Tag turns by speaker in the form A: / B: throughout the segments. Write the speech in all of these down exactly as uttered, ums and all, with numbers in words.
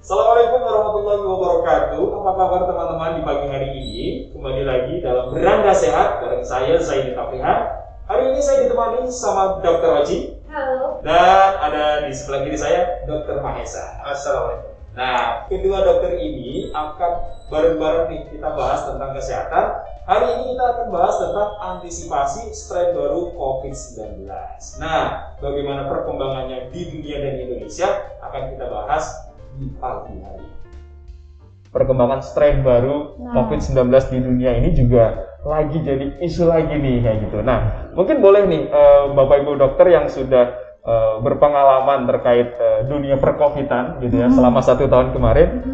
A: Assalamualaikum warahmatullahi wabarakatuh. Apa kabar teman-teman di pagi hari ini? Kembali lagi dalam Beranda Sehat bareng saya Zaini Tafrihan. Hari ini saya ditemani sama dokter Oci.
B: Halo.
A: Dan ada di sebelah kiri saya dokter Mahesa.
C: Assalamualaikum.
A: Nah, kedua dokter ini akan bareng-bareng nih kita bahas tentang kesehatan. Hari ini kita akan bahas tentang antisipasi strain baru covid sembilan belas. Nah, bagaimana perkembangannya di dunia dan Indonesia akan kita bahas di pagi hari. Perkembangan strain baru
B: Nah.
A: covid sembilan belas di dunia ini juga lagi jadi isu lagi nih kayak gitu. Nah, mungkin boleh nih uh, Bapak Ibu dokter yang sudah uh, berpengalaman terkait uh, dunia percovidan gitu ya
B: Hmm.
A: selama satu tahun kemarin,
B: Hmm.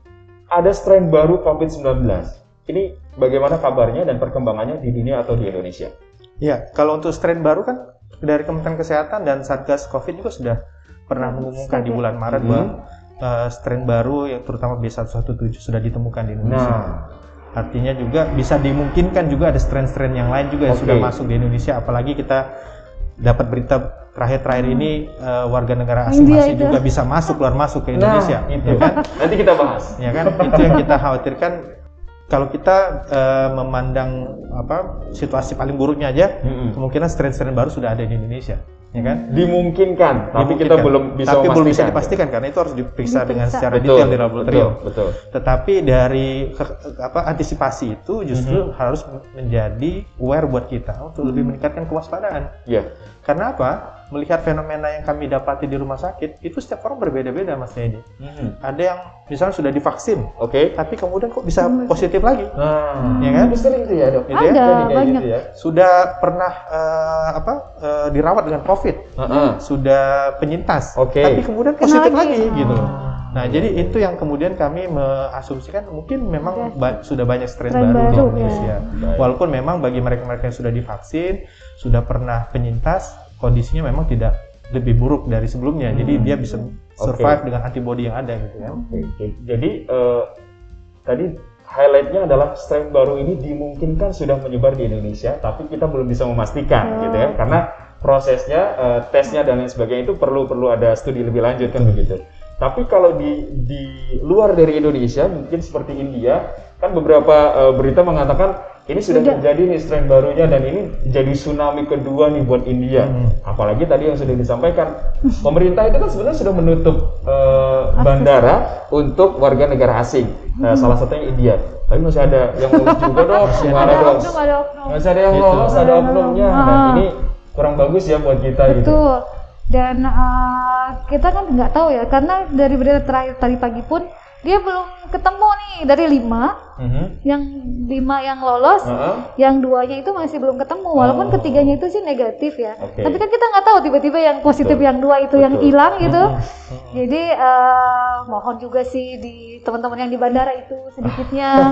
A: ada strain baru covid sembilan belas. Ini bagaimana kabarnya dan perkembangannya di dunia atau di Indonesia?
C: Ya, kalau untuk strain baru kan dari Kementerian Kesehatan dan Satgas Covid juga sudah pernah mengumumkan di bulan Maret
A: Hmm.
C: bahwa uh, strain baru yang terutama B satu satu tujuh sudah ditemukan di Indonesia.
A: Nah,
C: Artinya juga bisa dimungkinkan juga ada strain-strain yang lain juga yang
A: Oke.
C: sudah masuk di Indonesia. Apalagi kita dapat berita terakhir-terakhir ini uh, warga negara asing
B: India
C: masih
B: itu.
C: juga bisa masuk keluar masuk ke Indonesia,
A: nah, itu
C: ya kan?
A: nanti kita bahas.
C: Ya kan, itu yang kita khawatirkan. Kalau kita uh, memandang apa situasi paling buruknya aja,
A: Mm-mm.
C: kemungkinan strain-strain baru sudah ada di Indonesia, ya kan?
A: Dimungkinkan, tapi kita
C: Dimungkinkan.
A: belum bisa
C: tapi
A: memastikan.
C: belum bisa dipastikan karena itu harus diperiksa dengan
B: Diperiksa.
C: secara
A: Betul,
C: detail di laboratorium.
A: Betul, betul.
C: Tetapi dari ke- apa antisipasi itu justru harus menjadi aware buat kita untuk lebih meningkatkan kewaspadaan.
A: Iya.
C: Karena apa? Melihat fenomena yang kami dapati di rumah sakit itu setiap orang berbeda-beda, Mas Dedi.
A: Mhm.
C: Ada yang misalnya sudah divaksin,
A: Oke.
C: tapi kemudian kok bisa positif lagi,
A: Nah,
C: ya kan?
A: itu sering tuh ya, Dok.
C: Gitu ya.
B: Ada,
A: Jadi kayak
B: banyak.
A: gitu ya.
C: Sudah pernah eh, apa eh, dirawat dengan COVID,
A: Heeh.
C: sudah penyintas,
A: Oke.
C: tapi kemudian
B: Kena
C: positif
B: lagi.
C: lagi, gitu.
A: Ah.
C: Nah, jadi itu yang kemudian kami mengasumsikan mungkin memang
B: Oke.
C: ba- sudah banyak strain
B: Strain
C: baru, di
B: baru,
C: Indonesia.
B: ya.
A: Baik.
C: Walaupun memang bagi mereka-mereka yang sudah divaksin, sudah pernah penyintas, kondisinya memang tidak lebih buruk dari sebelumnya. Jadi
A: Hmm.
C: dia bisa survive dengan antibody yang ada gitu ya.
A: Oke, oke. Jadi eh, tadi highlightnya adalah strain baru ini dimungkinkan sudah menyebar di Indonesia, tapi kita belum bisa memastikan,
B: Ya.
A: gitu ya, karena prosesnya, eh, tesnya dan lain sebagainya itu perlu perlu ada studi lebih lanjut kan begitu. Tapi kalau di di luar dari Indonesia, mungkin seperti India, kan beberapa eh, berita mengatakan ini sudah
B: Sudah.
A: terjadi nih strain barunya dan ini jadi tsunami kedua nih buat India.
C: Hmm.
A: Apalagi tadi yang sudah disampaikan, pemerintah itu kan sebenarnya sudah menutup eh, bandara untuk warga negara asing. Nah, salah satunya India. Tapi masih ada yang lolos juga dong. Gimana
B: Ada
A: dong?
B: oknum, ada oknum.
A: Masih ada yang
C: Gitu.
A: lolos, ada
B: Ada
A: oknumnya.
B: oknum.
A: Nah,
B: Ah.
A: ini kurang bagus ya buat kita gitu.
B: Betul. Dan uh, kita kan nggak tahu ya, karena dari berita terakhir tadi pagi pun dia belum ketemu nih dari lima,
A: Mhm.
B: yang lima yang lolos,
A: Heeh.
B: yang duanya itu masih belum ketemu. Walaupun
A: Oh.
B: ketiganya itu sih negatif ya.
A: Oke.
B: Tapi kan kita nggak tahu tiba-tiba yang positif
A: Betul.
B: yang dua itu yang
A: Betul.
B: hilang gitu.
A: Mhm.
B: Jadi uh, mohon juga sih di teman-teman yang di bandara itu sedikitnya.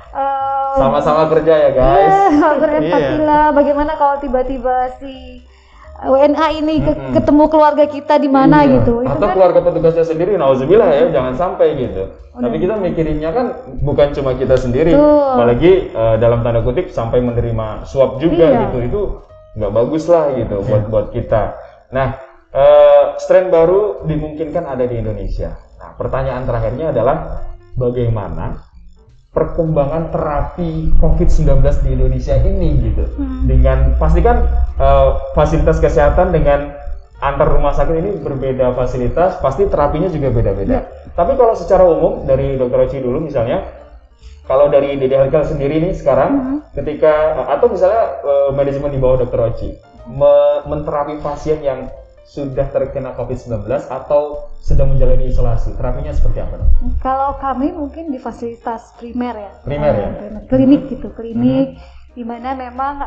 B: uh,
A: Sama-sama kerja ya guys.
B: Ya, berempatilah. Bagaimana kalau tiba-tiba si W N A ini ke-
A: Mm-mm.
B: ketemu keluarga kita di mana
A: Iya.
B: gitu. Itu
A: Atau
B: kan
A: keluarga petugasnya sendiri, nauzubillah ya, jangan sampai gitu.
B: Udah.
A: Tapi kita mikirinnya kan bukan cuma kita sendiri,
B: Betul.
A: apalagi eh, dalam tanda kutip sampai menerima suap juga
B: Iya.
A: gitu. Itu nggak bagus lah gitu buat buat kita. Nah, eh, strain baru dimungkinkan ada di Indonesia. Nah, pertanyaan terakhirnya adalah bagaimana perkembangan terapi covid sembilan belas di Indonesia ini gitu.
B: Hmm.
A: Dengan pastikan eh, fasilitas kesehatan dengan antar rumah sakit ini berbeda fasilitas, pasti terapinya juga beda-beda.
B: Ya.
A: Tapi kalau secara umum dari Dokter Oci dulu misalnya, kalau dari D D Healthcare sendiri nih sekarang,
B: Mhm.
A: ketika atau misalnya eh, manajemen di bawah Dokter Oci me- menterapi pasien yang sudah terkena covid sembilan belas atau sedang menjalani isolasi, terapinya seperti apa? Dok?
B: kalau kami mungkin di fasilitas primer ya.
A: Primer ya?
B: Eh, primer. Klinik gitu, klinik di mana memang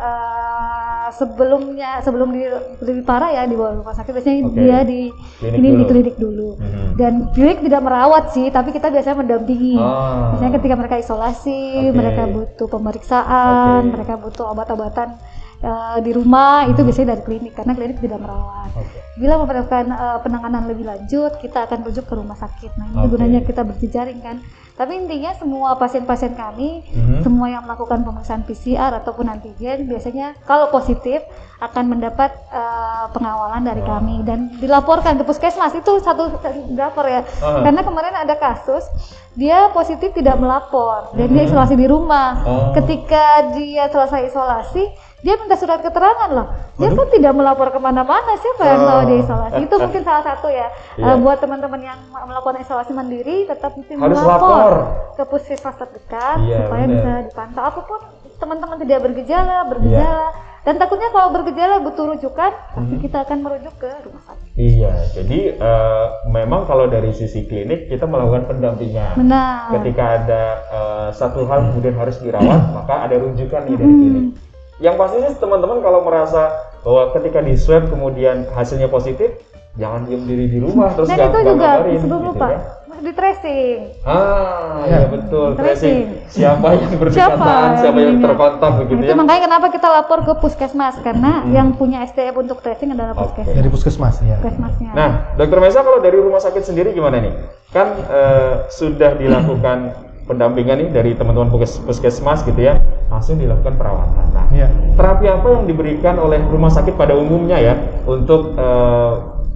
B: eh, sebelumnya sebelum di, lebih parah ya di bawah rumah sakit biasanya
A: Oke.
B: dia di
A: Klinik
B: ini di
A: dulu.
B: klinik dulu.
A: Mhm.
B: Dan klinik tidak merawat sih, tapi kita biasanya mendampingi.
A: Ah.
B: Misalnya ketika mereka isolasi,
A: Oke.
B: mereka butuh pemeriksaan,
A: Oke.
B: mereka butuh obat-obatan eh, di rumah, itu biasanya dari klinik karena klinik tidak merawat.
A: Oke.
B: Bila memerlukan eh, penanganan lebih lanjut, kita akan rujuk ke rumah sakit. Nah, ini
A: Oke.
B: gunanya kita berjejaring kan. Tapi intinya semua pasien-pasien kami,
D: Mhm.
B: semua yang melakukan pemeriksaan P C R ataupun antigen biasanya kalau positif akan mendapat uh, pengawalan dari
D: Oh.
B: kami dan dilaporkan ke puskesmas. Itu satu lapor ya.
D: Ah.
B: Karena kemarin ada kasus dia positif tidak melapor dan
D: Mhm.
B: dia isolasi di rumah.
D: Oh.
B: Ketika dia selesai isolasi, dia minta surat keterangan loh. Dia
C: Waduh.
B: pun tidak melapor kemana-mana. Siapa yang
D: Oh.
B: tahu dia isolasi? Itu mungkin salah satu ya.
D: Iya.
B: Uh, buat teman-teman yang melakukan isolasi mandiri, tetap mesti
D: Harus
B: melapor
D: lapor.
B: ke puskesmas terdekat
D: Iya,
B: supaya
D: benar.
B: bisa dipantau. Apapun teman-teman tidak bergejala, bergejala. Dan takutnya kalau bergejala butuh rujukan, pasti
D: Mhm.
B: kita akan merujuk ke rumah sakit.
D: Iya, jadi eh, memang kalau dari sisi klinik kita melakukan pendampingan.
B: Benar.
D: Ketika ada eh, satu hal kemudian harus dirawat, maka ada rujukan nih dari
B: Hmm.
D: klinik. Yang pasti sih teman-teman kalau merasa bahwa ketika di swab kemudian hasilnya positif, jangan diam diri di rumah terus
B: Dan
D: nggak
B: itu
D: nggak
B: juga
D: ngabarin,
B: sebelum
D: gitu
B: lupa
D: ya.
B: di tracing.
D: Ah,
C: Ya.
D: iya betul.
B: Tracing.
D: Tracing. Siapa yang berdekatan,
B: Siapa
D: siapa, yang
B: ininya?
D: terkontak begitu
B: Itu
D: ya.
B: makanya kenapa kita lapor ke puskesmas karena
D: Hmm.
B: yang punya S D M untuk tracing adalah
D: Oke.
B: puskesmas.
C: Dari puskesmas ya.
B: Puskesmasnya.
D: Nah, Dokter Mesa kalau dari rumah sakit sendiri gimana nih? Kan eh, sudah dilakukan pendampingan nih dari teman-teman puskes- puskesmas gitu ya, langsung dilakukan perawatan. Nah,
C: Iya.
D: terapi apa yang diberikan oleh rumah sakit pada umumnya ya untuk eh,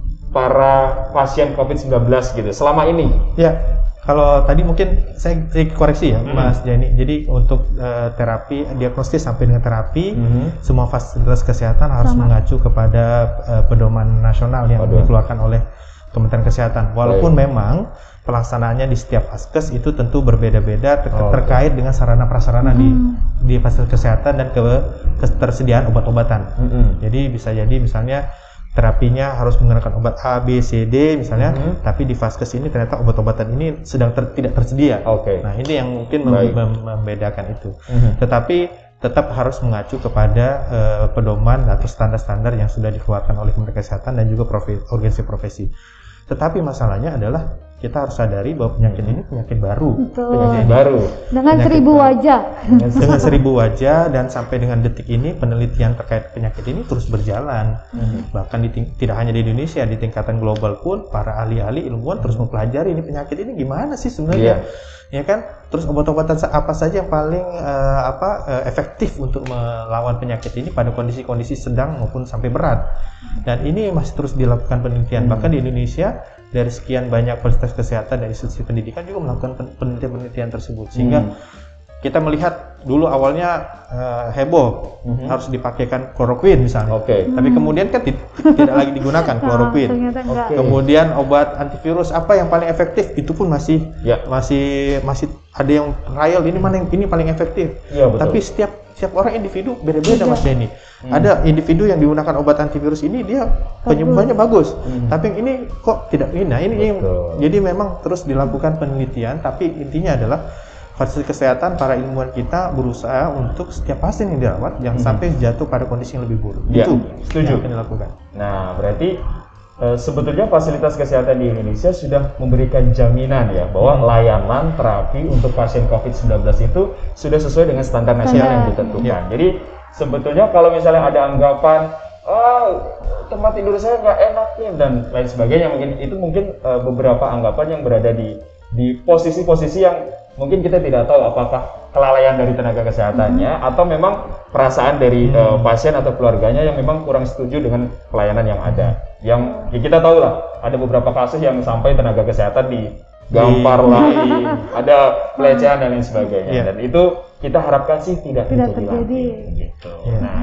D: para pasien covid sembilan belas gitu selama ini?
C: Ya, kalau tadi mungkin saya, saya koreksi ya,
D: Hmm.
C: Mas Jani. Jadi untuk eh, terapi, diagnostis sampai dengan terapi,
D: Mhm.
C: semua fasilitas kesehatan harus
B: Sama.
C: mengacu kepada eh, pedoman nasional yang
D: Waduh.
C: dikeluarkan oleh Kementerian Kesehatan. Walaupun
D: Baik.
C: memang pelaksanaannya di setiap vaskes itu tentu berbeda-beda ter-
D: Oh,
C: terkait dengan sarana prasarana di
B: Hmm.
C: di fasilitas kesehatan dan ke ketersediaan obat-obatan.
D: Mhm.
C: Jadi bisa jadi misalnya terapinya harus menggunakan obat A, B, C, D misalnya,
D: Mhm.
C: tapi di vaskes ini ternyata obat-obatan ini sedang ter- tidak tersedia.
D: Oke.
C: Nah ini yang mungkin mem-
D: Baik.
C: mem- membedakan itu.
D: Mhm.
C: Tetapi tetap harus mengacu kepada eh, pedoman atau standar-standar yang sudah dikeluarkan oleh Kementerian Kesehatan dan juga profe- organisasi profesi. Tetapi masalahnya adalah kita harus sadari bahwa penyakit ini penyakit baru.
B: Betul.
D: Penyakit baru.
B: Dengan
C: penyakit
B: seribu
C: baru.
B: wajah.
C: Dengan seribu wajah dan sampai dengan detik ini penelitian terkait penyakit ini terus berjalan.
D: Mhm.
C: Bahkan di ting- tidak hanya di Indonesia, di tingkatan global pun para ahli-ahli ilmuwan terus mempelajari ini penyakit ini gimana sih sebenarnya, ya kan? Terus obat-obatan sa- apa saja yang paling eh, apa eh, efektif untuk melawan penyakit ini pada kondisi-kondisi sedang maupun sampai berat. Dan ini masih terus dilakukan penelitian.
D: Hmm.
C: Bahkan di Indonesia dari sekian banyak fasilitas kesehatan dan institusi pendidikan juga melakukan pen- penelitian-penelitian tersebut. Sehingga
D: Hmm.
C: kita melihat dulu awalnya eh, heboh
D: Mhm.
C: harus dipakaikan kloroquine misalnya.
D: Oke.
C: Tapi kemudian kan ti- tidak lagi digunakan
B: Nah,
C: kloroquine.
B: ternyata enggak.
D: Oke.
C: Kemudian obat antivirus apa yang paling efektif itu pun masih
D: Ya.
C: masih masih ada yang trial ini mana yang ini paling efektif.
D: Iya betul.
C: Tapi setiap setiap orang individu beda-beda
B: Beda.
C: Mas Denny.
D: Hmm.
C: Ada individu yang digunakan obat antivirus ini dia penyembuhannya bagus.
D: Hmm.
C: Tapi yang ini kok tidak ini. Nah, ini yang
D: Betul.
C: jadi memang terus dilakukan penelitian tapi intinya adalah fasilitas kesehatan para ilmuwan kita berusaha untuk setiap pasien yang dirawat jangan
D: Hmm.
C: sampai jatuh pada kondisi yang lebih buruk.
D: Ya,
C: Itu
D: setuju.
C: yang akan dilakukan.
D: Nah, berarti eh, sebetulnya fasilitas kesehatan di Indonesia sudah memberikan jaminan ya bahwa
C: Hmm.
D: layanan terapi untuk pasien covid sembilan belas itu sudah sesuai dengan standar nasional yang
B: Standar.
D: ditentukan.
C: Ya.
D: Jadi sebetulnya kalau misalnya ada anggapan, oh tempat tidur saya nggak enak nih dan lain sebagainya, mungkin itu mungkin eh, beberapa anggapan yang berada di di posisi-posisi yang mungkin kita tidak tahu apakah kelalaian dari tenaga kesehatannya atau memang perasaan dari eh, pasien atau keluarganya yang memang kurang setuju dengan pelayanan yang ada. Yang ya kita tahu lah, ada beberapa kasus yang sampai tenaga kesehatan digampar
C: Di-
D: lain, ada pelecehan dan lain sebagainya.
C: Iya.
D: Dan itu kita harapkan sih tidak,
B: Tidak
D: terjadi
B: terjadi.
D: lagi. Gitu.
C: Iya.
D: Nah,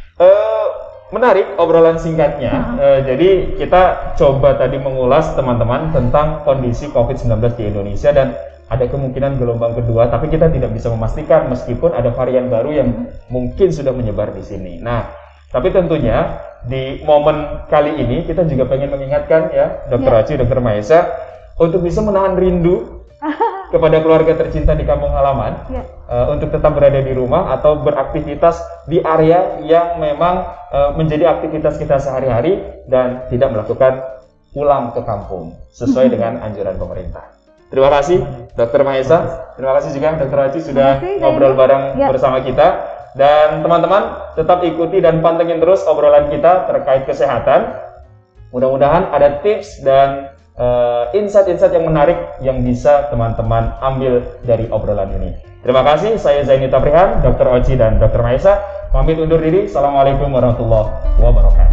D: eh, menarik obrolan singkatnya. Eh, jadi kita coba tadi mengulas teman-teman tentang kondisi covid sembilan belas di Indonesia dan ada kemungkinan gelombang kedua, tapi kita tidak bisa memastikan meskipun ada varian baru yang mungkin sudah menyebar di sini. Nah, tapi tentunya di momen kali ini kita juga pengen mengingatkan ya, Dokter
B: Ya.
D: Aci, Dokter Maesa, untuk bisa menahan rindu kepada keluarga tercinta di kampung halaman,
B: Ya.
D: eh, untuk tetap berada di rumah atau beraktivitas di area yang memang eh, menjadi aktivitas kita sehari-hari dan tidak melakukan pulang ke kampung sesuai dengan anjuran pemerintah. Terima kasih Dokter Mahesa, terima kasih juga Dokter Aci sudah
B: Terima kasih,
D: ngobrol
B: Zaini.
D: bareng
B: Ya.
D: bersama kita. Dan teman-teman tetap ikuti dan pantengin terus obrolan kita terkait kesehatan. Mudah-mudahan ada tips dan uh, insight-insight yang menarik yang bisa teman-teman ambil dari obrolan ini. Terima kasih, saya Zaini Taprihan, dokter Oci dan dokter Maisa. Pamit undur diri. Assalamualaikum warahmatullahi wabarakatuh.